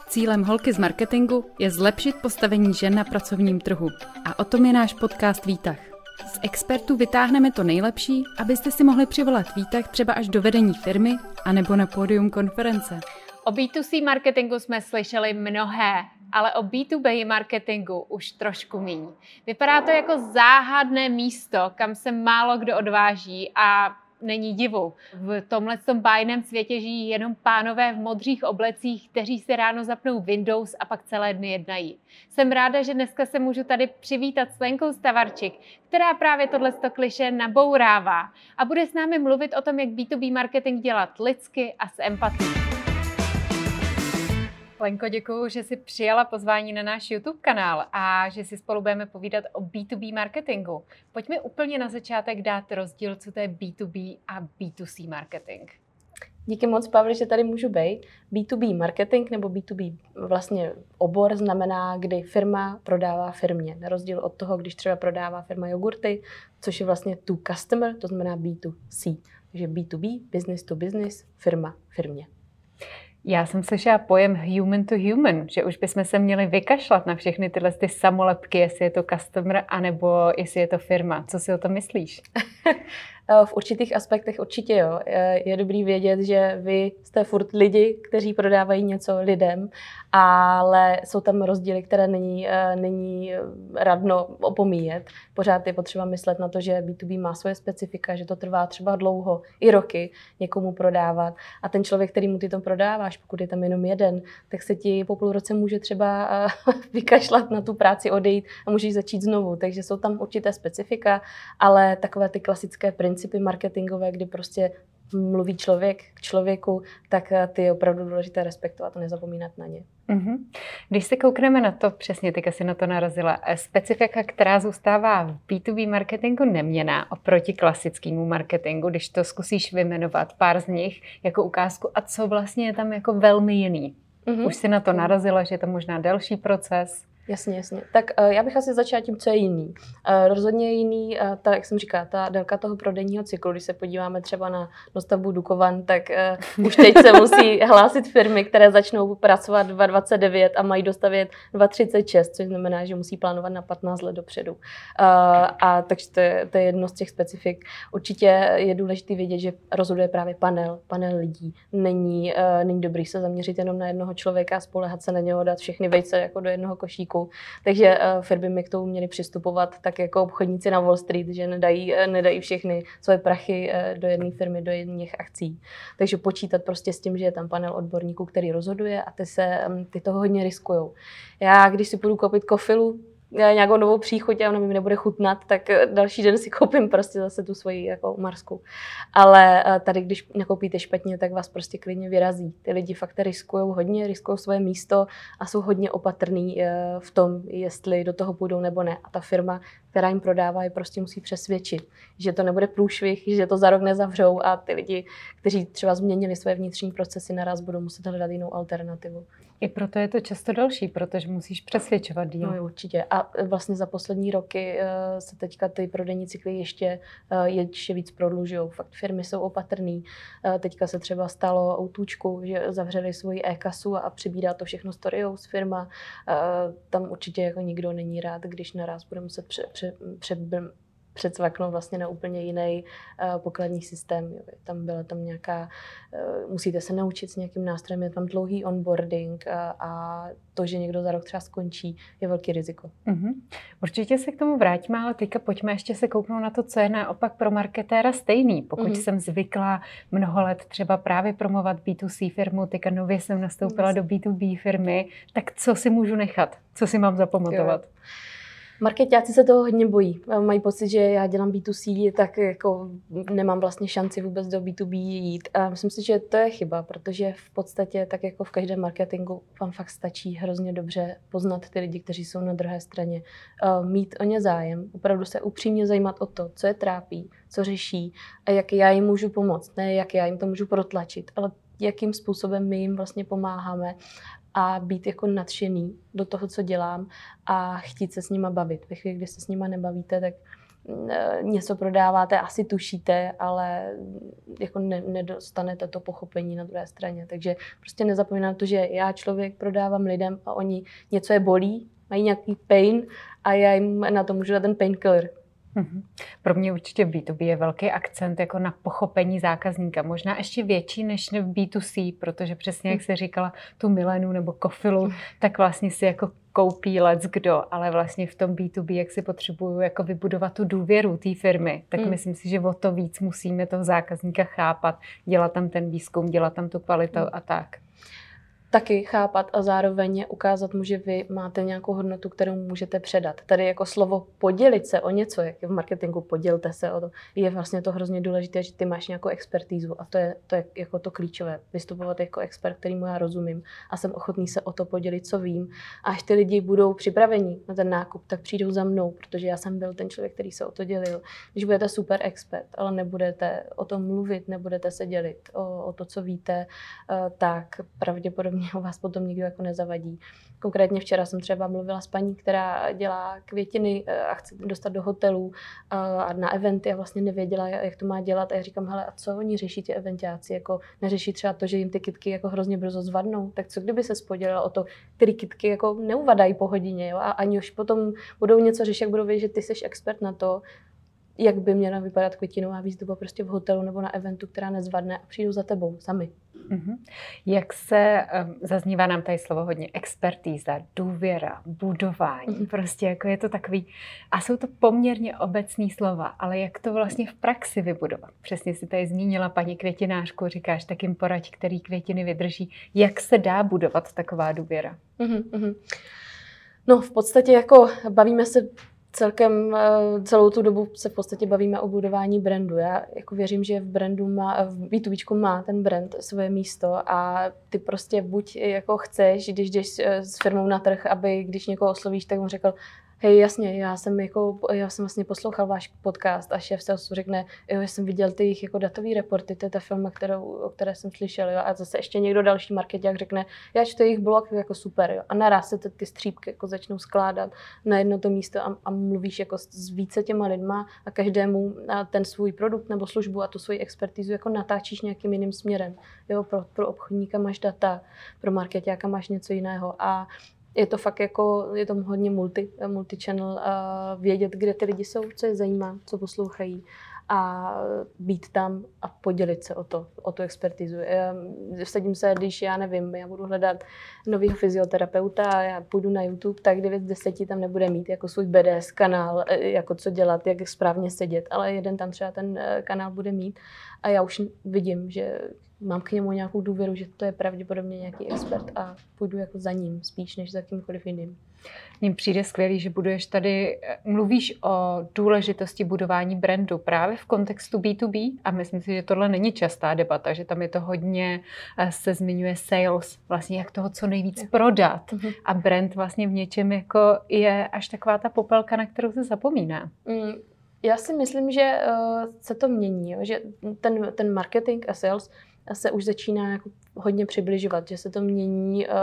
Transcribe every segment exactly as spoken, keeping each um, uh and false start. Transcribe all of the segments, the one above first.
Cílem Holky z marketingu je zlepšit postavení žen na pracovním trhu. A o tom je náš podcast Výtah. Z expertů vytáhneme to nejlepší, abyste si mohli přivolat výtah třeba až do vedení firmy anebo na pódium konference. O bé dvě cé marketingu jsme slyšeli mnohé, ale o bé dvě bé marketingu už trošku míň. Vypadá to jako záhadné místo, kam se málo kdo odváží a není divu. V tomhle bájném světě žijí jenom pánové v modřích oblecích, kteří si ráno zapnou Windows a pak celé dny jednají. Jsem ráda, že dneska se můžu tady přivítat s Lenkou Stavarčik, která právě tohleto klišé nabourává a bude s námi mluvit o tom, jak bé dvě bé marketing dělat lidsky a s empatií. Lenko, děkuju, že jsi přijala pozvání na náš YouTube kanál a že si spolu budeme povídat o bé dvě bé marketingu. Pojďme úplně na začátek dát rozdíl, co to je bé dvě bé a bé dvě cé marketing. Díky moc, Pavli, že tady můžu být. bé dvě bé marketing nebo bé dvě bé vlastně obor znamená, kdy firma prodává firmě. Na rozdíl od toho, když třeba prodává firma jogurty, což je vlastně to customer, to znamená bé dvě cé. Takže bé dvě bé, business to business, firma firmě. Já jsem slyšela pojem human to human, že už bychom se měli vykašlat na všechny tyhle ty samolepky, jestli je to customer, anebo jestli je to firma. Co si o tom myslíš? V určitých aspektech určitě jo. Je dobrý vědět, že vy jste furt lidi, kteří prodávají něco lidem, ale jsou tam rozdíly, které není, není radno opomíjet. Pořád je potřeba myslet na to, že bé dvě bé má svoje specifika, že to trvá třeba dlouho, i roky někomu prodávat. A ten člověk, který mu ty to prodáváš, pokud je tam jenom jeden, tak se ti po půl roce může třeba vykašlat na tu práci, odejít a můžeš začít znovu. Takže jsou tam určité specifika, ale takové ty klasické principy marketingové, kdy prostě mluví člověk k člověku, tak ty je opravdu důležité respektovat a nezapomínat na ně. Mm-hmm. Když se koukneme na to, přesně teďka si na to narazila, specifika, která zůstává v bé dvě bé marketingu neměnná oproti klasickému marketingu, když to zkusíš vyjmenovat pár z nich jako ukázku a co vlastně je tam jako velmi jiný. Mm-hmm. Už si na to narazila, že je to možná delší proces. Jasně, jasně. Tak uh, já bych asi začala tím, co je jiný. Uh, rozhodně je jiný, uh, ta, jak jsem říkala, ta délka toho prodejního cyklu, když se podíváme třeba na dostavbu Dukovan, tak uh, už teď se musí hlásit firmy, které začnou pracovat dva dvacet devět a mají dostavět dva třicet šest, což znamená, že musí plánovat na patnáct let dopředu. Uh, a takže to je, to je jedno z těch specifik. Určitě je důležité vědět, že rozhoduje právě panel, panel lidí. Není, uh, není dobrý se zaměřit jenom na jednoho člověka a spoléhat se na něho, dát všechny vejce jako do jednoho košíku. Takže uh, firmy mi k tomu měly přistupovat tak jako obchodníci na Wall Street, že nedají, nedají všechny svoje prachy uh, do jedné firmy, do jedných akcí. Takže počítat prostě s tím, že je tam panel odborníků, který rozhoduje a ty, se, um, ty toho hodně riskujou. Já, když si půjdu koupit kofilu, nějakou novou příchuť a ona mi nebude chutnat, tak další den si koupím prostě zase tu svoji jako marsku. Ale tady, když nakoupíte špatně, tak vás prostě klidně vyrazí. Ty lidi fakt riskujou hodně, riskují svoje místo a jsou hodně opatrný v tom, jestli do toho půjdou nebo ne. A ta firma, která jim prodává, je prostě musí přesvědčit, že to nebude průšvih, že to za rok nezavřou a ty lidi, kteří třeba změnili své vnitřní procesy, naraz budou muset hledat jinou alternativu. I proto je to často další, protože musíš přesvědčovat díl. No určitě. A vlastně za poslední roky se teďka ty prodejní cykly ještě, ještě víc prodlužují. Fakt firmy jsou opatrný. Teďka se třeba stalo Outůčku, že zavřeli svoji e-kasu a přibírá to všechno Storyhouse firma. Tam určitě jako nikdo není rád, když naraz bude muset pře, pře, pře, přecvaknout vlastně na úplně jiný uh, pokladní systém. Jo. Tam byla tam nějaká, uh, musíte se naučit s nějakým nástrojem, je tam dlouhý onboarding a, a to, že někdo za rok třeba skončí, je velký riziko. Mm-hmm. Určitě se k tomu vrátíme, ale teďka pojďme ještě se kouknout na to, co je naopak pro marketéra stejný. Pokud mm-hmm. jsem zvykla mnoho let třeba právě promovat bé dvě cé firmu, teďka nově jsem nastoupila mm-hmm. do bé dvě bé firmy, tak co si můžu nechat? Co si mám zapamatovat? Jo. Marketáci se toho hodně bojí. Mají pocit, že já dělám bé dvě cé, tak jako nemám vlastně šanci vůbec do bé dvě bé jít. A myslím si, že to je chyba, protože v podstatě, tak jako v každém marketingu, vám fakt stačí hrozně dobře poznat ty lidi, kteří jsou na druhé straně. Mít o ně zájem, opravdu se upřímně zajímat o to, co je trápí, co řeší a jak já jim můžu pomoct. Ne jak já jim to můžu protlačit, ale jakým způsobem my jim vlastně pomáháme. A být jako nadšený do toho, co dělám a chtít se s nima bavit. Ve chvíli, kdy se s nima nebavíte, tak něco prodáváte, asi tušíte, ale jako ne, nedostanete to pochopení na druhé straně. Takže prostě nezapomínám to, že já člověk prodávám lidem a oni něco je bolí, mají nějaký pain a já jim na to můžu dát ten painkiller. Mm-hmm. Pro mě určitě v bé dvě bé je velký akcent jako na pochopení zákazníka. Možná ještě větší než v bé dvě cé, protože přesně jak jsi říkala, tu Milenu nebo Kofilu, tak vlastně si jako koupí leckdo, ale vlastně v tom bé dvě bé, jak si potřebuju jako vybudovat tu důvěru té firmy, tak mm. myslím si, že o to víc musíme toho zákazníka chápat, dělat tam ten výzkum, dělat tam tu kvalitu mm. a tak. Taky chápat a zároveň ukázat mu, že vy máte nějakou hodnotu, kterou můžete předat. Tady jako slovo podělit se o něco, jak v marketingu podělte se o to, je vlastně to hrozně důležité, že ty máš nějakou expertízu a to je, to je jako to klíčové. Vystupovat jako expert, kterýmu já rozumím a jsem ochotný se o to podělit, co vím. A až ty lidi budou připraveni na ten nákup, tak přijdou za mnou, protože já jsem byl ten člověk, který se o to dělil. Když budete super expert, ale nebudete o tom mluvit, nebudete se dělit o, o to, co víte, tak pravděpodobně o vás potom nikdo jako nezavadí. Konkrétně včera jsem třeba mluvila s paní, která dělá květiny a chce dostat do hotelů a na eventy a vlastně nevěděla, jak to má dělat. A já říkám, hele, a co oni řeší ti eventáci? Jako neřeší třeba to, že jim ty kytky jako hrozně brzo zvadnou? Tak co kdyby se podělila o to, který kytky jako neuvadají po hodině, jo? A ani už potom budou něco řešit, jak budou vědět, že ty jsi expert na to, jak by měla vypadat květinová výzdoba prostě v hotelu nebo na eventu, která nezvadne a přijdou za tebou sami. Mm-hmm. Jak se, um, zaznívá nám tady slovo hodně, expertíza, důvěra, budování, mm-hmm. prostě jako je to takový, a jsou to poměrně obecný slova, ale jak to vlastně v praxi vybudovat? Přesně si tady zmínila paní květinářku, říkáš, tak jim poraď, který květiny vydrží. Jak se dá budovat taková důvěra? Mm-hmm. No v podstatě jako bavíme se celkem celou tu dobu se v podstatě bavíme o budování brandu. Já jako věřím, že v brandu má, v bé dvě béčku má ten brand svoje místo a ty prostě buď jako chceš, když jdeš s firmou na trh, aby když někoho oslovíš, tak mu řekl, hej, jasně, já jsem, jako, já jsem vlastně poslouchal váš podcast a šéf salesu řekne, jo, já jsem viděl ty jejich jako datový reporty, to je ta firma, kterou, o které jsem slyšel, jo, a zase ještě někdo další marketák řekne, já čtu jejich blog, jako super, jo, a naraz se ty, ty střípky jako začnou skládat na jedno to místo a, a mluvíš jako s více těma lidma a každému ten svůj produkt nebo službu a tu svoji expertizu jako natáčíš nějakým jiným směrem, jo, pro, pro obchodníka máš data, pro marketáka máš něco jiného a je to fakt jako, je to hodně multi, multi-channel, uh, vědět, kde ty lidi jsou, co je zajímá, co poslouchají a být tam a podělit se o to, o tu expertizu. Vsadím se, když já nevím, já budu hledat novýho fyzioterapeuta a já půjdu na YouTube, tak devět z deseti tam nebude mít jako svůj bé dé es kanál, jako co dělat, jak správně sedět, ale jeden tam třeba ten kanál bude mít a já už vidím, že mám k němu nějakou důvěru, že to je pravděpodobně nějaký expert a půjdu jako za ním spíš než za kýmkoliv jiným. Mně přijde skvělý, že buduješ tady, mluvíš o důležitosti budování brandu právě v kontextu bé dvě bé a myslím si, že tohle není častá debata, že tam je to hodně, se zmiňuje sales, vlastně jak toho co nejvíc je. prodat mm-hmm. a brand vlastně v něčem jako je až taková ta popelka, na kterou se zapomíná. Mm. Já si myslím, že uh, se to mění, jo? Že ten, ten marketing a sales se už začíná jako hodně přibližovat, že se to mění. Uh,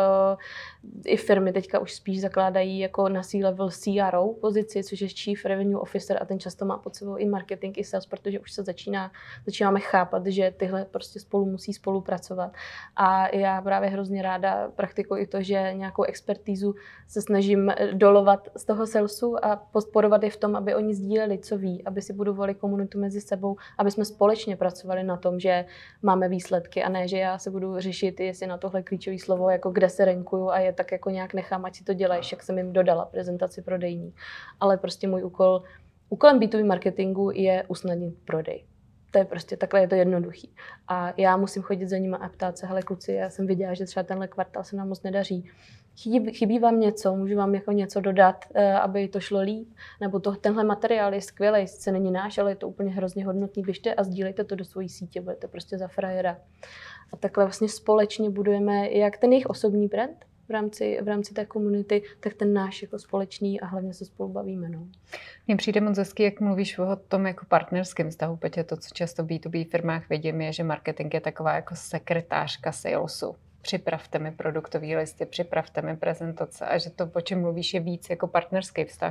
I firmy teďka už spíš zakládají jako na C-level C R O pozici, což je Chief Revenue Officer a ten často má pod sebou i marketing, i sales, protože už se začíná, začínáme chápat, že tyhle prostě spolu musí spolupracovat. A já právě hrozně ráda praktikuji i to, že nějakou expertízu se snažím dolovat z toho salesu a podporovat je v tom, aby oni sdíleli, co ví, aby si budovali komunitu mezi sebou, aby jsme společně pracovali na tom, že máme výsledky a ne, že já se budu řešit, jestli na tohle klíčové slovo, jako kde se renkuju a je tak jako nějak nechám, ať si to dělají, jak jsem jim dodala prezentaci prodejní. Ale prostě můj úkol, úkolem bé dvě bé marketingu je usnadnit prodej. To je prostě takhle, je to jednoduchý. A já musím chodit za nima a ptát se, hele kluci, já jsem viděla, že třeba tenhle kvartál se nám moc nedaří. Chybí, chybí vám něco, můžu vám jako něco dodat, aby to šlo líp, nebo to, tenhle materiál je skvělý, sice není náš, ale je to úplně hrozně hodnotný, běžte a sdílejte to do svojí sítě, budete prostě za frajera. A takhle vlastně společně budujeme jak ten jejich osobní brand v rámci, v rámci té komunity, tak ten náš jako společný a hlavně se spolu bavíme. No. Mně přijde moc hezky, jak mluvíš o tom jako partnerském vztahu, protože to, co často v bé dvě bé firmách vidím, je, že marketing je taková jako sekretářka salesu. Připravte mi produktový listy, připravte mi prezentace a že to, o čem mluvíš, je víc jako partnerský vztah.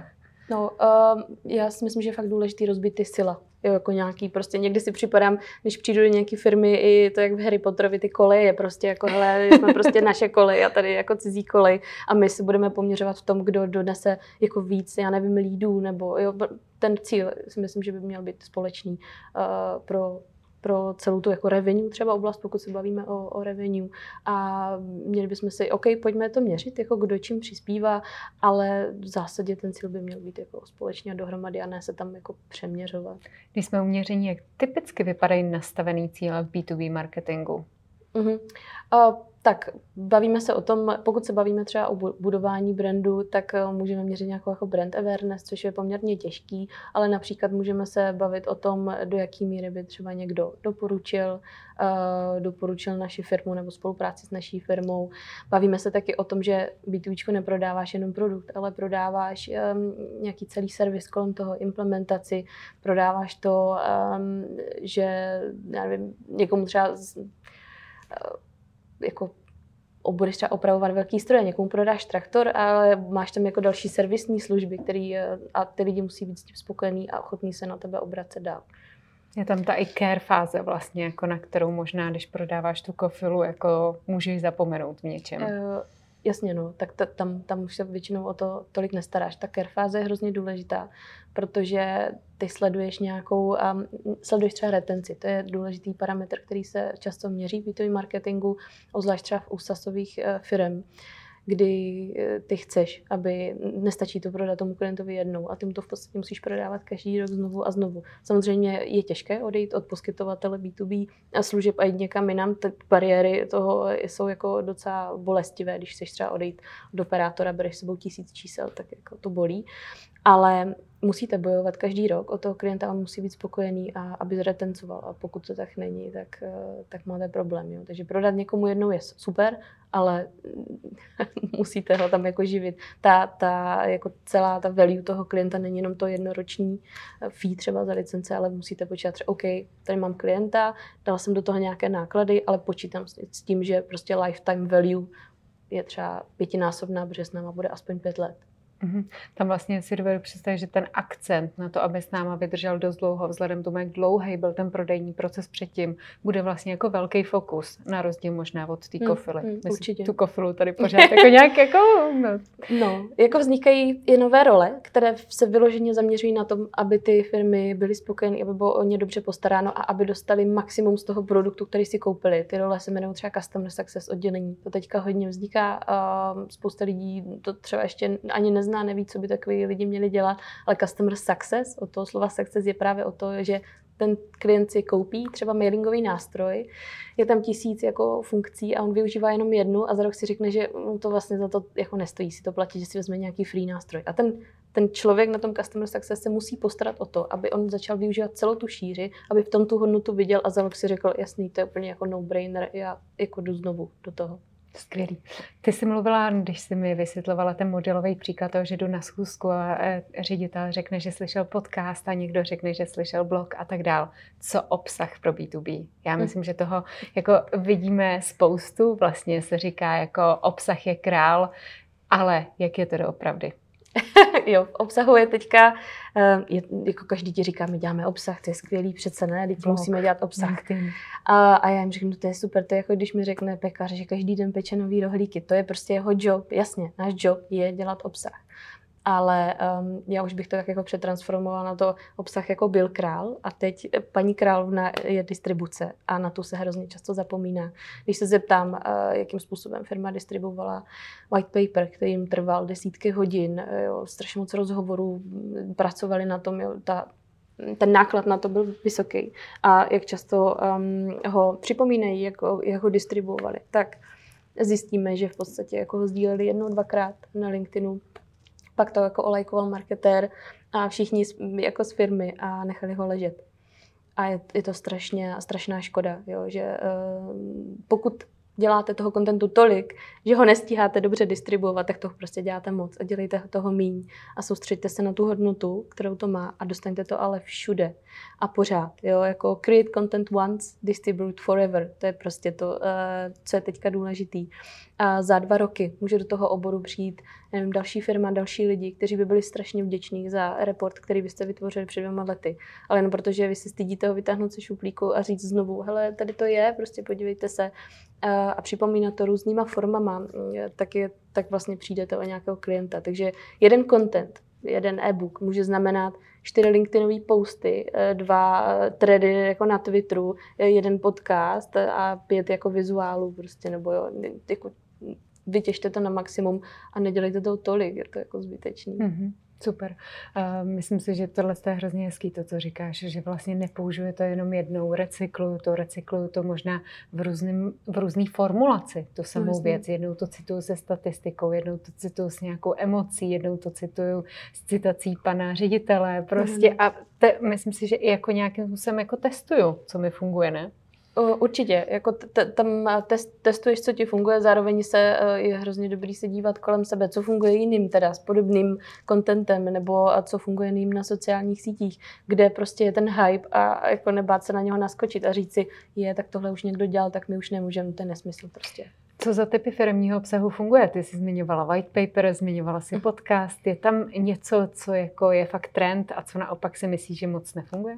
No, uh, já si myslím, že je fakt důležitý rozbít ty sila. Jo, jako nějaký, prostě někdy si připadám, když přijdu do nějaké firmy, i to jak v Harry Potterovi, ty koleje, prostě jako hele, jsme prostě naše kolej a tady jako cizí kolej a my si budeme poměřovat v tom, kdo donese jako víc, já nevím, lídů, nebo jo, ten cíl si myslím, že by měl být společný uh, pro pro celou tu jako revenue třeba oblast, pokud se bavíme o, o revenue. A měli bychom si, OK, pojďme to měřit, jako kdo čím přispívá, ale v zásadě ten cíl by měl být jako společně a dohromady a ne se tam jako přeměřovat. Když jsme u měření, jak typicky vypadají nastavený cíle v bé dvě bé marketingu? Uh-huh. Uh, tak bavíme se o tom, pokud se bavíme třeba o budování brandu, tak uh, můžeme měřit nějakou jako brand awareness, což je poměrně těžký, ale například můžeme se bavit o tom, do jaký míry by třeba někdo doporučil, uh, doporučil naši firmu nebo spolupráci s naší firmou. Bavíme se taky o tom, že bé dvě bé neprodáváš jenom produkt, ale prodáváš um, nějaký celý servis kolem toho, implementaci, prodáváš to, um, že já nevím, někomu třeba z, jako budeš třeba opravovat velký stroje, někomu prodáš traktor, ale máš tam jako další servisní služby, který, a ty lidi musí být s tím spokojení a ochotní se na tebe obracet dál. Je tam ta i care fáze vlastně, jako na kterou možná, když prodáváš tu kofilu, jako můžeš zapomenout v něčem. Uh, jasně, no, tak ta, tam, tam už se většinou o to tolik nestaráš. Ta care fáze je hrozně důležitá, protože ty sleduješ nějakou, um, sleduješ třeba retenci, to je důležitý parametr, který se často měří v bé dvě bé marketingu, obzvlášť třeba u SaaSových uh, firm, kdy ty chceš, aby nestačí to prodat tomu klientovi jednou a ty mu to v podstatě musíš prodávat každý rok znovu a znovu. Samozřejmě je těžké odejít od poskytovatele bé dvě bé a služeb a jít někam jinam. Ty bariéry toho jsou jako docela bolestivé, když chceš třeba odejít od operátora, bereš s sebou tisíc čísel, tak jako to bolí. Ale musíte bojovat každý rok o toho klienta, on musí být spokojený a aby zretencoval. A pokud to tak není, tak, tak máte problém. Jo. Takže prodat někomu jednou je super, ale musíte ho tam jako živit. Ta, ta, jako celá ta value toho klienta není jenom to jednoroční fee třeba za licence, ale musíte počítat třeba, OK, tady mám klienta, dal jsem do toho nějaké náklady, ale počítám s tím, že prostě lifetime value je třeba pětinásobná, protože s náma bude aspoň pět let. Mm-hmm. Tam vlastně si dovedu představit, že ten akcent na to, aby s náma vydržel dost dlouho, vzhledem tomu, jak dlouhý byl ten prodejní proces předtím, bude vlastně jako velký fokus, na rozdíl možná od té kofily. Mm, mm, Myslím, určitě. Tu kofilu tady pořád jako nějak jako... No. no, jako vznikají i nové role, které se vyloženě zaměřují na tom, aby ty firmy byly spokojené, aby bylo o ně dobře postaráno a aby dostali maximum z toho produktu, který si koupili. Ty role se jmenují třeba Customer Success oddělení. To teďka hodně vzniká a spousta lidí to třeba ještě ani nezná, neví, co by takový lidi měli dělat, ale Customer Success, od toho slova success je právě o to, že ten klient si koupí třeba mailingový nástroj, je tam tisíc jako funkcí a on využívá jenom jednu a za rok si řekne, že mu to vlastně za to jako nestojí si to platit, že si vezme nějaký free nástroj. A ten, ten člověk na tom Customer Success se musí postarat o to, aby on začal využívat celou tu šíři, aby v tom tu hodnotu viděl a za rok si řekl, jasný, to je úplně jako no-brainer, já jako jdu znovu do toho. Skvělý. Ty jsi mluvila, když jsi mi vysvětlovala ten modelový příklad toho, že jdu na schůzku a ředitel řekne, že slyšel podcast a někdo řekne, že slyšel blog a tak dál. Co obsah pro bé dvě bé? Já myslím, že toho jako vidíme spoustu, vlastně se říká jako obsah je král, ale jak je to doopravdy? Jo, v obsahu je teďka, je, jako každý ti říká, my děláme obsah, to je skvělý, přece ne, teď musíme dělat obsah. A, a já jim řeknu, to je super, to je jako když mi řekne pekař, že každý den peče nový rohlíky, to je prostě jeho job, jasně, náš job je dělat obsah. Ale um, já už bych to tak jako přetransformovala na to obsah jako byl král a teď paní královna je distribuce a na tu se hrozně často zapomíná. Když se zeptám, uh, jakým způsobem firma distribuovala white paper, který jim trval desítky hodin, jo, strašně moc rozhovorů, pracovali na tom, jo, ta, ten náklad na to byl vysoký a jak často um, ho připomínají, jako, jak ho distribuovali, tak zjistíme, že v podstatě jako ho sdíleli jednou, dvakrát na LinkedInu. Pak to jako olajkoval marketér a všichni jako z firmy a nechali ho ležet. A je, je to strašně, strašná škoda, jo, že uh, pokud děláte toho kontentu tolik, že ho nestíháte dobře distribuovat, tak toho prostě děláte moc a dělejte toho míň a soustřeďte se na tu hodnotu, kterou to má a dostaňte to ale všude a pořád. Jo, jako create content once, distribute forever. To je prostě to, uh, co je teďka důležitý. A za dva roky může do toho oboru přijít nevím, další firma, další lidi, kteří by byli strašně vděční za report, který byste vytvořili před dvěma lety. Ale jen protože vy se stydíte ho vytáhnout ze šuplíku a říct znovu, hele, tady to je, prostě podívejte se a, a připomínat to různýma formama, tak, je, tak vlastně přijdete o nějakého klienta. Takže jeden content, jeden e-book může znamenat čtyři LinkedInové posty, dva thready jako na Twitteru, jeden podcast a pět jako vizuálů prostě, nebo jo, jako vytěžte to na maximum a nedělejte toho tolik, je to jako zbytečný. Mm-hmm. Super. Uh, myslím si, že tohle je hrozně hezký, to, co říkáš, že vlastně nepoužiju to jenom jednou, recykluju to, recykluju to možná v, různým, v různý formulaci, tu samou no, věc. Jednou to cituju se statistikou, jednou to cituju s nějakou emocí, jednou to cituju s citací pana ředitele, prostě no, no. A te, myslím si, že i jako nějakým způsobem jako testuju, co mi funguje, ne? Určitě, jako t- tam test, testuješ, co ti funguje, zároveň se je hrozně dobrý se dívat kolem sebe, co funguje jiným teda s podobným contentem, nebo co funguje jiným na sociálních sítích, kde prostě je ten hype a jako nebát se na něho naskočit a říct si, je, tak tohle už někdo dělal, tak my už nemůžeme, to je nesmysl prostě. Co za typy firemního obsahu funguje? Ty jsi zmiňovala white paper, zmiňovala si podcast, je tam něco, co jako je fakt trend a co naopak si myslíš, že moc nefunguje?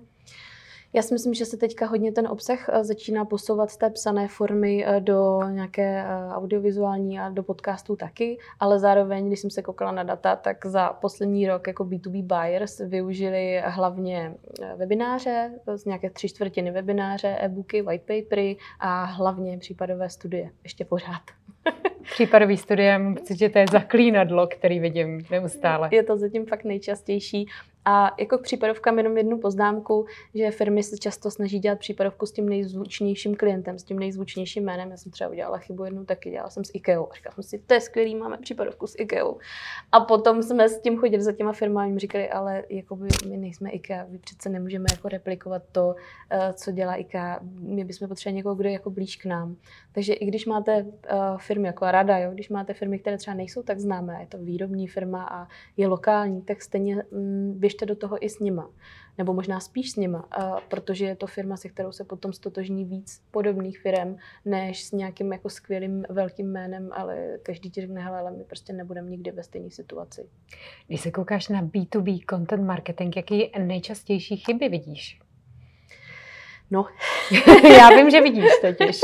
Já si myslím, že se teďka hodně ten obsah začíná posouvat z té psané formy do nějaké audiovizuální a do podcastů taky, ale zároveň, když jsem se koukala na data, tak za poslední rok jako bé dvě bé buyers využili hlavně webináře, z nějaké tři čtvrtiny webináře, e-booky, white papery a hlavně případové studie. Ještě pořád. Případový studie, mám pocit, že to je zaklínadlo, který vidím neustále. Je to zatím fakt nejčastější. A jako k případovkám jenom jednu poznámku, že firmy se často snaží dělat případovku s tím nejzvučnějším klientem, s tím nejzvučnějším jménem. Já jsem třeba udělala chybu jednou taky, dělala jsem s IKEA. A říkala jsem si, to je skvělý, máme případovku s IKEA. A potom jsme s tím chodili za těma firmami, jim říkali, ale jakoby my nejsme IKEA, my přece nemůžeme jako replikovat to, co dělá IKEA. My bychom potřebovali někoho, kdo je jako blíž k nám. Takže i když máte firmy jako Rada, jo, když máte firmy, které třeba nejsou tak známé, je to výrobní firma a je lokální, tak stejně běžte do toho i s nima. Nebo možná spíš s nima, protože je to firma, se kterou se potom stotožní víc podobných firm, než s nějakým jako skvělým velkým jménem, ale každý ti řekne, hele, ale my prostě nebudeme nikdy ve stejné situaci. Když se koukáš na bé dvě bé content marketing, jaký nejčastější chyby vidíš? No. Já vím, že vidíš totiž.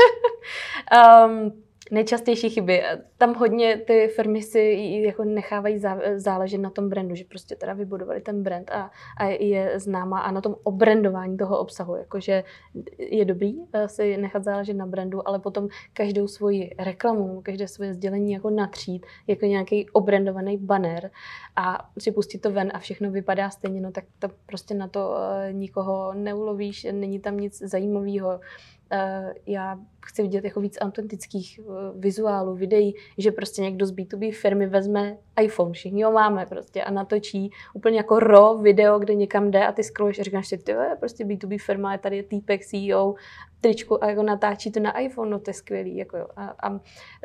um, Nejčastější chyby. Tam hodně ty firmy si jako nechávají záležet na tom brandu, že prostě teda vybudovali ten brand a, a je známá a na tom obrandování toho obsahu. Jakože je dobrý si nechat záležet na brandu, ale potom každou svoji reklamu nebo každé svoje sdělení jako natřít jako nějaký obrandovaný banner a připustit to ven a všechno vypadá stejně, no tak to prostě na to nikoho neulovíš, není tam nic zajímavého. Já chci vidět jako víc autentických vizuálů, videí, že prostě někdo z bé dvě bé firmy vezme iPhone, všichni ho máme prostě a natočí úplně jako raw video, kde někam jde a ty scrolluješ a říkáš si, ty je prostě bé dvě bé firma, je tady je týpek, C E O, tričku a jako natáčí to na iPhone, no to je skvělý. Jako jo. A, a, a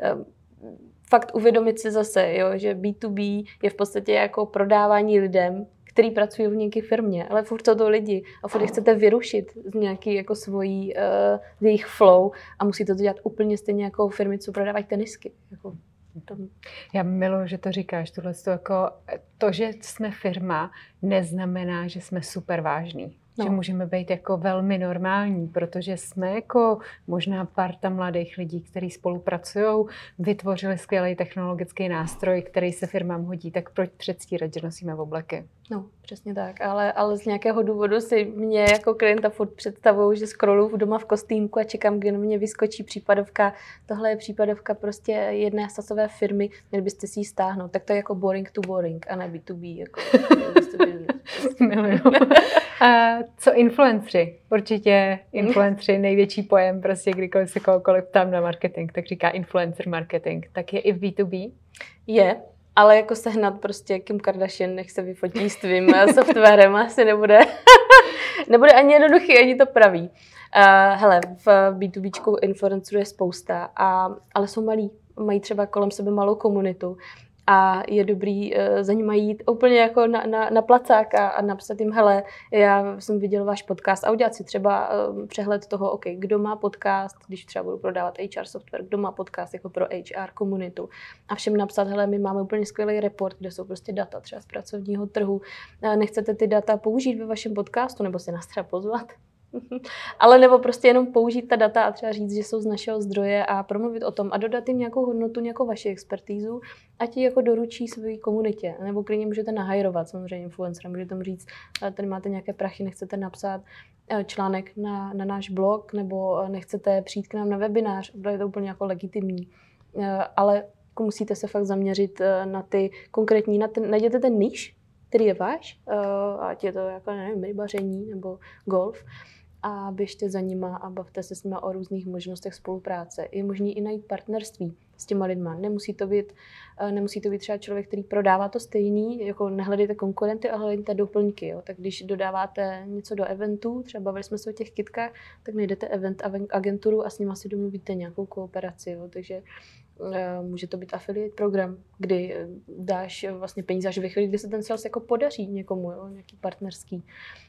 fakt uvědomit si zase, jo, že bé dvě bé je v podstatě jako prodávání lidem, který pracují v nějaké firmě, ale furt jsou to lidi a furt chcete vyrušit z nějaký jako svojí, uh, z jejich flow a musíte to dělat úplně stejně jako firmy, co prodávají tenisky. Jako, to... Já miluji, že to říkáš, tohle to, jako, to, že jsme firma, neznamená, že jsme super vážný. No. Že můžeme být jako velmi normální, protože jsme jako možná parta mladých lidí, kteří spolupracují, vytvořili skvělý technologický nástroj, který se firmám hodí, tak proč předstírat, že nosíme obleky? No, přesně tak, ale, ale z nějakého důvodu si mě jako klienta furt představují, že scrolluju doma v kostýmku a čekám, kdy na mě vyskočí případovka. Tohle je případovka prostě jedné sasové firmy, měli byste si ji stáhnout. Tak to je jako boring to boring a ne bé dvě bé. Jako, Miluju. A co influenceri? Určitě influenceri, největší pojem, prostě kdykoliv se kohokoliv ptám na marketing, tak říká influencer marketing. Tak je i v bé dvě bé? Je, ale jako sehnat prostě Kim Kardashian, nech se vyfotí s tvým softwarem, asi nebude, nebude ani jednoduchý, ani to pravý. Uh, hele, v bé dvě béčku influencerů je spousta, a, ale jsou malí, mají třeba kolem sebe malou komunitu. a je dobrý uh, za nima jít úplně jako na, na, na placák a, a napsat jim, hele, já jsem viděl váš podcast a udělat si třeba uh, přehled toho, OK, kdo má podcast, když třeba budu prodávat H R software, kdo má podcast jako pro H R komunitu a všem napsat, hele, my máme úplně skvělý report, kde jsou prostě data třeba z pracovního trhu, uh, nechcete ty data použít ve vašem podcastu nebo si nás třeba pozvat? Ale nebo prostě jenom použít ta data a třeba říct, že jsou z našeho zdroje a promluvit o tom a dodat jim nějakou hodnotu, nějakou vaši expertízu a ti jako doručí své komunitě. Nebo klidně můžete nahajrovat samozřejmě influencera, můžete mu říct, tady máte nějaké prachy, nechcete napsat článek na, na náš blog nebo nechcete přijít k nám na webinář, to je to úplně jako legitimní. Ale musíte se fakt zaměřit na ty konkrétní, na ten, najděte ten niž, který je váš, ať je to jako, nevím, rybaření nebo golf, a běžte za nima a bavte se s nima o různých možnostech spolupráce. Je možný i najít partnerství s těma lidma. Nemusí to být, nemusí to být třeba člověk, který prodává to stejný, jako nehledejte konkurenty, ale hledejte doplňky. Jo. Tak když dodáváte něco do eventu, třeba bavili jsme se o těch kytkách, tak najdete event agenturu a s nima si domluvíte nějakou kooperaci. Jo. Takže může to být affiliate program, kdy dáš vlastně peníze až ve chvíli, kdy se ten sales jako podaří někomu, jo, nějaký partnerský.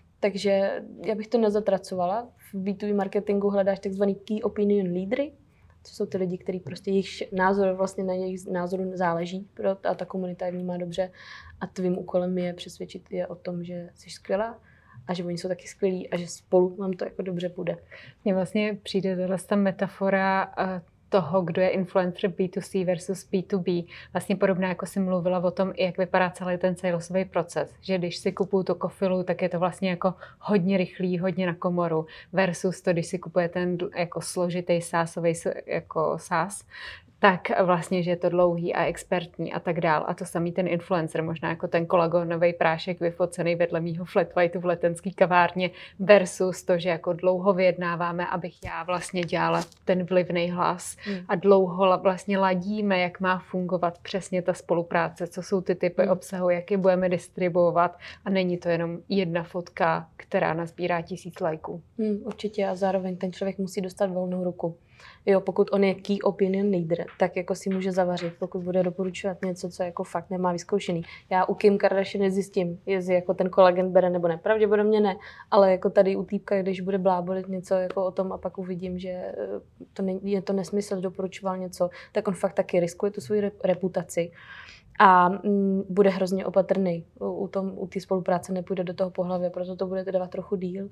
Takže já bych to nezatracovala. V bé dvě bé marketingu hledáš takzvaný key opinion leadery, co jsou ty lidi, kteří prostě jejich názor, vlastně na jejich názoru záleží a ta komunita je vnímá dobře a tvým úkolem je přesvědčit je o tom, že jsi skvělá a že oni jsou taky skvělí a že spolu vám to jako dobře půjde. Mně vlastně přijde tahle ta metafora toho, kdo je influencer bé dvě cé versus bé dvě bé. Vlastně podobná, jako jsi mluvila o tom, jak vypadá celý ten salesový proces. Že když si kupuju to kofilu, tak je to vlastně jako hodně rychlý, hodně na komoru. Versus to, když si kupuje ten jako složitý sásový jako sás, tak vlastně, že je to dlouhý a expertní a tak dál. A to samý ten influencer, možná jako ten kolagenový prášek vyfocený vedle mýho flat whiteu v letenský kavárně versus to, že jako dlouho vyjednáváme, abych já vlastně dělala ten vlivný hlas hmm. a dlouho vlastně ladíme, jak má fungovat přesně ta spolupráce, co jsou ty typy hmm. obsahu, jak je budeme distribuovat a není to jenom jedna fotka, která nazbírá tisíc lajků. Hmm, určitě a zároveň ten člověk musí dostat volnou ruku. Jo, pokud on je key opinion leader, tak jako si může zavařit, pokud bude doporučovat něco, co jako fakt nemá vyzkoušený. Já u Kim Kardashian nezjistím, jestli jako ten kolagen bere nebo ne. Pravděpodobně ne, ale jako tady u týpka, když bude blábolit něco jako o tom a pak uvidím, že to ne, je to nesmysl, doporučoval něco, tak on fakt taky riskuje tu svou reputaci. A mm, bude hrozně opatrný. U té u spolupráce nepůjde do toho pohlavě, proto to bude dávat trochu díl,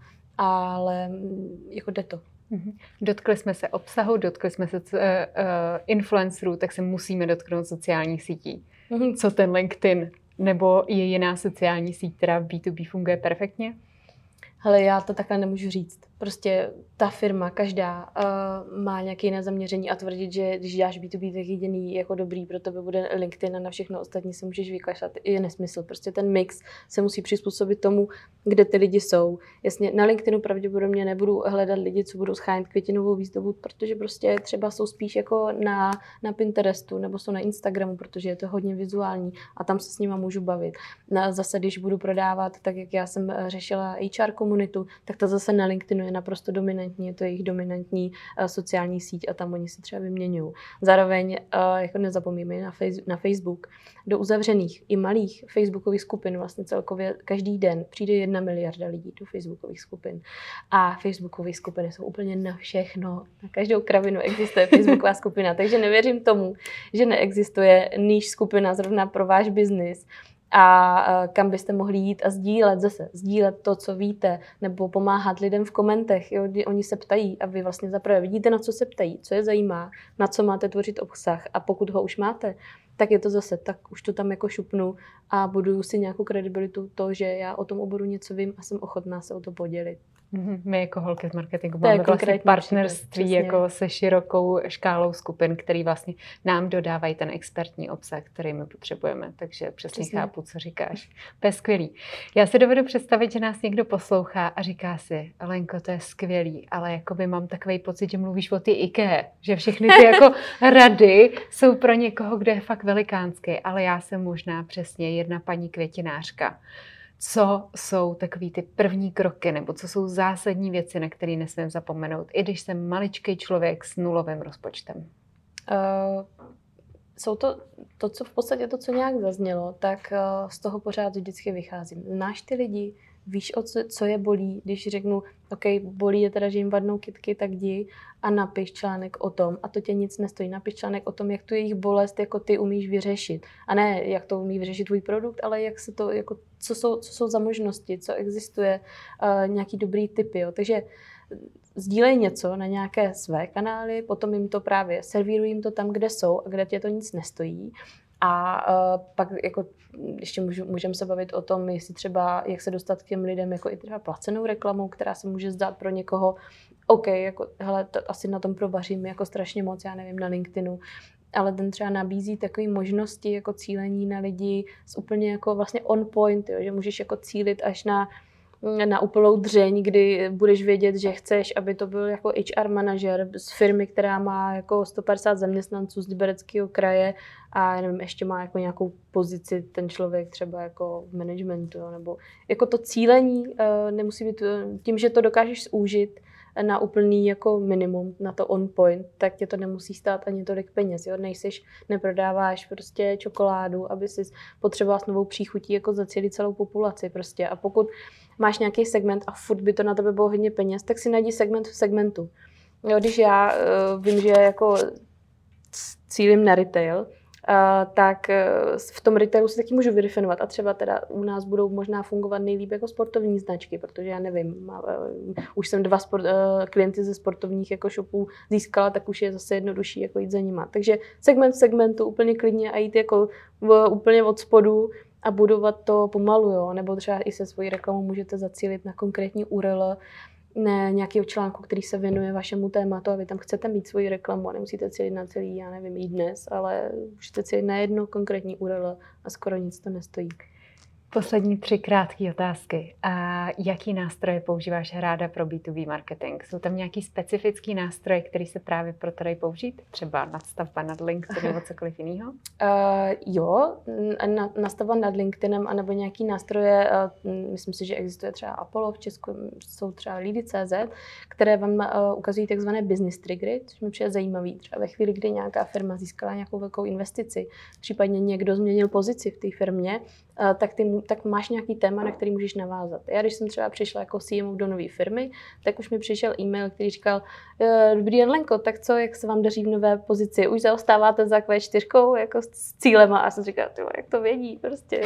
ale mm, jako jde to. Dotkli jsme se obsahu, dotkli jsme se uh, uh, influencerů, tak se musíme dotknout sociálních sítí. Mm-hmm. Co ten LinkedIn? Nebo je jiná sociální síť, která v bé dvě bé funguje perfektně? Hele, já to takhle nemůžu říct. Prostě ta firma, každá uh, má nějaké jiné zaměření a tvrdit, že když děláš bé dvě bé, tak jediný jako dobrý pro tebe bude LinkedIn a na všechno ostatní se můžeš vykašlat. Je nesmysl. Prostě ten mix se musí přizpůsobit tomu, kde ty lidi jsou. Jasně, na LinkedInu pravděpodobně nebudu hledat lidi, co budou schánět květinovou výzdobu, protože prostě třeba jsou spíš jako na, na Pinterestu nebo jsou na Instagramu, protože je to hodně vizuální a tam se s nima můžu bavit. Na, zase, když budu prodávat, tak jak já jsem řešila H R komunitu, tak to zase na LinkedInu je naprosto dominantní, je to jejich dominantní uh, sociální síť a tam oni si třeba vyměňují. Zároveň uh, jako nezapomínáme na, face, na Facebook. Do uzavřených i malých facebookových skupin vlastně celkově každý den přijde jedna miliarda lidí do facebookových skupin. A facebookové skupiny jsou úplně na všechno. Na každou kravinu existuje facebooková skupina, takže nevěřím tomu, že neexistuje níž skupina zrovna pro váš biznis, a kam byste mohli jít a sdílet zase, sdílet to, co víte, nebo pomáhat lidem v komentech, jo, kdy oni se ptají a vy vlastně zaprvé vidíte, na co se ptají, co je zajímá, na co máte tvořit obsah a pokud ho už máte, tak je to zase, tak už to tam jako šupnu a buduju si nějakou kredibilitu to, že já o tom oboru něco vím a jsem ochotná se o to podělit. My jako holky z marketingu máme vlastně partnerství příklad, jako se širokou škálou skupin, který vlastně nám dodávají ten expertní obsah, který my potřebujeme. Takže přesně, přesně. chápu, co říkáš. To je skvělý. Já si dovedu představit, že nás někdo poslouchá a říká si, Lenko, to je skvělý, ale jakoby mám takový pocit, že mluvíš o ty IKEA, že všechny ty jako rady jsou pro někoho, kdo je fakt velikánský, ale já jsem možná přesně jedna paní květinářka. Co jsou takový ty první kroky, nebo co jsou zásadní věci, na které nesmím zapomenout, i když jsem maličký člověk s nulovým rozpočtem? Uh, jsou to to, co v podstatě to, co nějak zaznělo, tak z toho pořád vždycky vycházím. Znáš ty lidi, víš, o co, co je bolí, když řeknu, OK, bolí je teda, že jim vadnou kytky, tak jdi a napiš článek o tom. A to tě nic nestojí. Napiš článek o tom, jak tu jejich bolest jako ty umíš vyřešit. A ne, jak to umí vyřešit tvůj produkt, ale jak se to, jako, co, jsou, co jsou za možnosti, co existuje, uh, nějaký dobrý tipy. Jo. Takže sdílej něco na nějaké své kanály, potom jim to právě servíruj jim to tam, kde jsou a kde tě to nic nestojí. A uh, pak jako, ještě můžeme se bavit o tom, jestli třeba, jak se dostat k těm lidem jako i třeba placenou reklamou, která se může zdát pro někoho, OK, jako, hele, to asi na tom provařím jako strašně moc, já nevím, na LinkedInu, ale ten třeba nabízí takové možnosti jako cílení na lidi z úplně jako vlastně on point, jo, že můžeš jako cílit až na na úplnou dřeň, kdy budeš vědět, že chceš, aby to byl jako H R manažer z firmy, která má jako sto padesát zaměstnanců z Libereckého kraje a já nevím, ještě má jako nějakou pozici ten člověk třeba jako v managementu, jo, nebo jako to cílení nemusí být tím, že to dokážeš zúžit na úplný jako minimum, na to on point, tak tě to nemusí stát ani tolik peněz, jo, nejseš, neprodáváš prostě čokoládu, aby si potřebovala s novou příchutí jako zacílit celou populaci prostě a pokud máš nějaký segment a furt by to na tebe bylo hodně peněz, tak si najdi segment v segmentu. Jo, když já uh, vím, že jako cílím na retail, Uh, tak uh, v tom retailu si taky můžu vydefinovat a třeba teda u nás budou možná fungovat nejlíp jako sportovní značky, protože já nevím, má, uh, už jsem dva sport, uh, klienty ze sportovních jako shopů získala, tak už je zase jednodušší jako jít za nima. Takže segment v segmentu úplně klidně a jít jako v, úplně od spodu a budovat to pomalu, jo? Nebo třeba i se svojí reklamou můžete zacílit na konkrétní U R L, ne nějakého článku, který se věnuje vašemu tématu a vy tam chcete mít svoji reklamu a nemusíte cílit na celý, já nevím, i dnes, ale můžete cílit na jedno konkrétní U R L a skoro nic to nestojí. Poslední tři krátké otázky. A jaký nástroje používáš ráda pro B dva B marketing? Jsou tam nějaký specifický nástroje, který se právě pro to dají použít? Třeba nadstavba nad LinkedIn nebo cokoliv jiného? Uh, jo, na, nastavba nad LinkedInem anebo nějaký nástroje, uh, myslím si, že existuje třeba Apollo, v Česku jsou třeba Leady tečka cé zet, které vám uh, ukazují takzvané business triggery, což mi přijde zajímavý. Třeba ve chvíli, kdy nějaká firma získala nějakou velkou investici, případně někdo změnil pozici v té firmě, uh, tak ty tak máš nějaký téma, na který můžeš navázat. Já, když jsem třeba přišla jako C M O do nové firmy, tak už mi přišel e-mail, který říkal, dobrý den, Lenko, tak co, jak se vám daří v nové pozici? Už zaostáváte za Q čtyři jako s cílem a já jsem říkala, tyjo, jak to vědí prostě.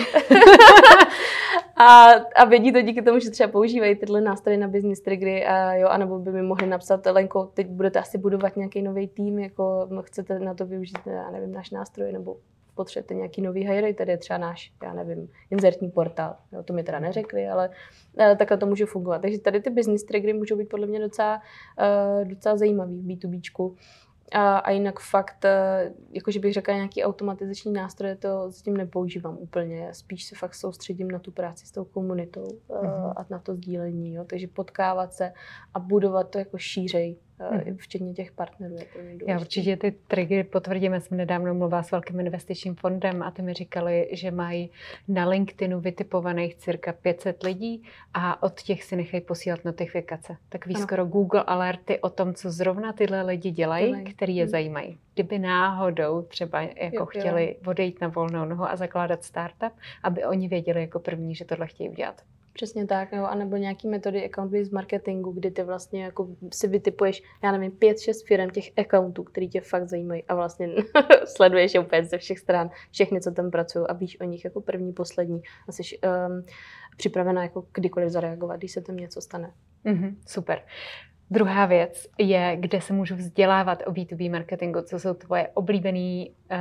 a, a vědí to díky tomu, že třeba používají tyhle nástroje na business triggery a jo, anebo by mi mohli napsat, Lenko, teď budete asi budovat nějaký nový tým, jako chcete na to využít, já nevím, náš nástroj, nebo potřebujete nějaký nový hire, tady je třeba náš, já nevím, inzertní portál. Jo, to mi teda neřekli, ale takhle to může fungovat. Takže tady ty business triggery můžou být podle mě docela, docela zajímavý v B dva B. A, a jinak fakt, jakože bych řekla nějaký automatizační nástroje, to s tím nepoužívám úplně. Spíš se fakt soustředím na tu práci s tou komunitou mm-hmm. a na to sdílení. Jo. Takže potkávat se a budovat to jako šířej, mm-hmm. včetně těch partnerů. Je to nejdůležitější. Já určitě ty triggery potvrdíme. Jsem nedávno mluvila s velkým investičním fondem a ty mi říkali, že mají na LinkedInu vytipovaných cirka pět set lidí a od těch si nechají posílat notifikace. Takový ano. skoro Google alerty o tom, co zrovna tyhle lidi dělají, který je zajímají. Kdyby náhodou třeba jako jo, chtěli jo. odejít na volnou nohu a zakládat startup, aby oni věděli jako první, že tohle chtějí udělat. Přesně tak, jo, anebo nějaký metody account-based marketingu, kdy ty vlastně jako si vytipuješ, já nevím, pět, šest firem těch accountů, který tě fakt zajímají a vlastně sleduješ je úplně ze všech stran, všechny, co tam pracují a víš o nich jako první, poslední a jsi um, připravená jako kdykoliv zareagovat, když se tam něco stane. Mm-hmm, super. Druhá věc je, kde se můžu vzdělávat o B dva B marketingu, co jsou tvoje oblíbené uh,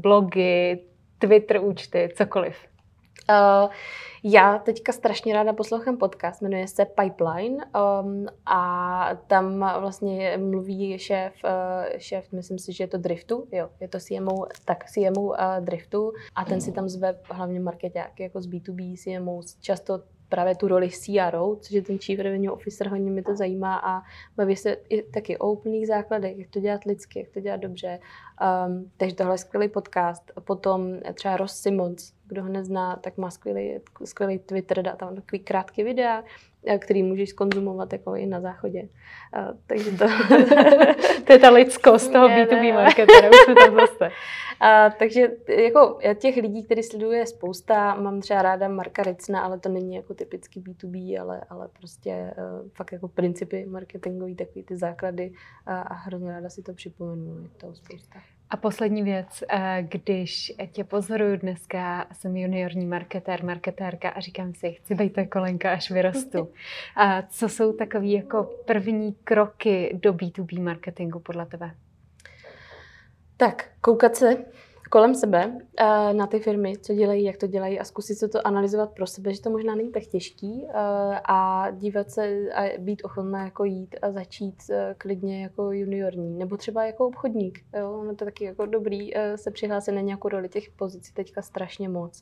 blogy, Twitter účty, cokoliv. Uh, já teďka strašně ráda poslouchám podcast, jmenuje se Pipeline um, a tam vlastně mluví šéf, uh, šéf, myslím si, že je to Driftu, jo, je to C M O, tak C M O uh, Driftu a ten si tam zve hlavně markeťáky jako z B dva B, C M O, často právě tu roli C R O, což je ten Chief Revenue Officer, hodně mě to zajímá a baví se i taky o úplných základech, jak to dělat lidsky, jak to dělat dobře. Um, takže tohle je skvělý podcast. Potom třeba Ross Simons, kdo ho nezná, tak má skvělý, skvělý Twitter, dá tam takový krátký videa který můžeš konzumovat jako i na záchodě. Uh, takže to... to je ta lidskost toho bé dvě bé marketera, už jsme tam zase. A, takže jako těch lidí, který sleduje spousta, mám třeba ráda Marka Ricna, ale to není jako typický bé dvě bé, ale, ale prostě uh, fakt jako principy marketingový, takový ty základy a, a hrozně ráda si to připomenu, je toho spousta. A poslední věc, když tě pozoruju dneska, jsem juniorní marketér, marketérka a říkám si, chci být jako Lenka, až vyrostu. A co jsou takový jako první kroky do bé dvě bé marketingu podle tebe? Tak, koukat se kolem sebe na ty firmy, co dělají, jak to dělají a zkusit se to analyzovat pro sebe, že to možná není tak těžký a dívat se a být ochotná jako jít a začít klidně jako juniorní nebo třeba jako obchodník. Jo? Ono to taky jako dobrý se přihlásit na nějakou roli, těch pozicí teďka strašně moc.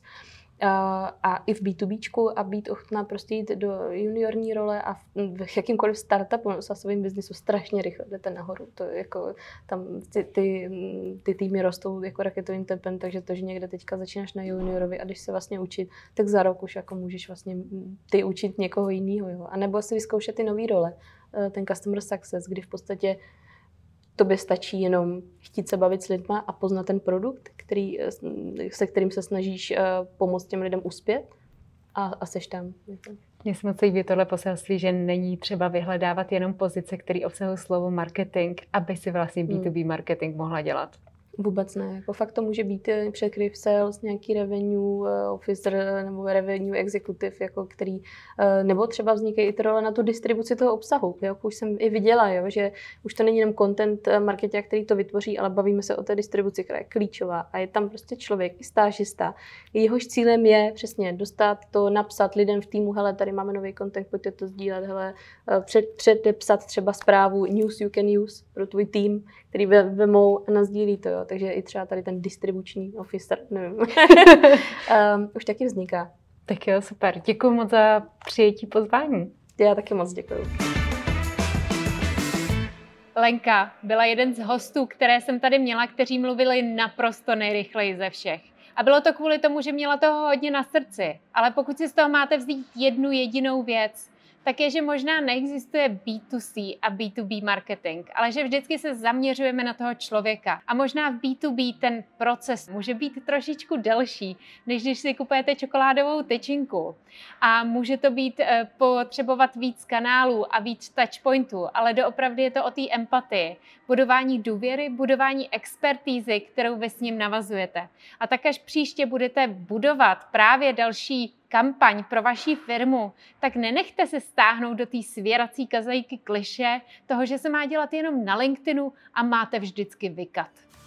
A i v bé dvě béčku a být ochotná prostě jít do juniorní role a v jakýmkoliv startupu nebo svým biznisu strašně rychle jdete nahoru. To jako, tam ty, ty, ty týmy rostou jako raketovým tempem, takže to, že někde teďka začínáš na juniorovi a když se vlastně učit, tak za rok už jako můžeš vlastně ty učit někoho jiného. A nebo si vyzkoušet ty nové role. Ten customer success, kdy v podstatě tobě stačí jenom chtít se bavit s lidma a poznat ten produkt, který, se kterým se snažíš pomoct těm lidem uspět a, a seš tam. Mně se moc líbí tohle poselství, že není třeba vyhledávat jenom pozice, které obsahují slovo marketing, aby si vlastně bé dvě bé marketing mohla dělat. Vůbec ne. Jako fakt to může být překryv sales, nějaký revenue officer nebo revenue executive, jako který, nebo třeba vznikají i ty role na tu distribuci toho obsahu. Jo? Už jsem i viděla, jo? Že už to není jenom content marketing, který to vytvoří, ale bavíme se o té distribuci, která je klíčová. A je tam prostě člověk, i stážista. Jehož cílem je přesně dostat to, napsat lidem v týmu, hele, tady máme nový content, pojďte to sdílet, hele, před, předepsat třeba zprávu news you can use pro tvůj tým, který vemou a nasdílí to, jo. Takže i třeba tady ten distribuční officer, nevím, um, už taky vzniká. Tak jo, super. Děkuji moc za přijetí pozvání. Já taky moc děkuji. Lenka byla jeden z hostů, které jsem tady měla, kteří mluvili naprosto nejrychleji ze všech. A bylo to kvůli tomu, že měla toho hodně na srdci. Ale pokud si z toho máte vzít jednu jedinou věc, tak je, že možná neexistuje bé dvě cé a bé dvě bé marketing, ale že vždycky se zaměřujeme na toho člověka. A možná v bé dvě bé ten proces může být trošičku delší, než když si kupujete čokoládovou tyčinku. A může to být e, potřebovat víc kanálů a víc touchpointů, ale doopravdy je to o té empatii, budování důvěry, budování expertízy, kterou vy s ním navazujete. A tak až příště budete budovat právě další kampaň pro vaši firmu, tak nenechte se stáhnout do té svěrací kazajky klišé toho, že se má dělat jenom na LinkedInu a máte vždycky vykat.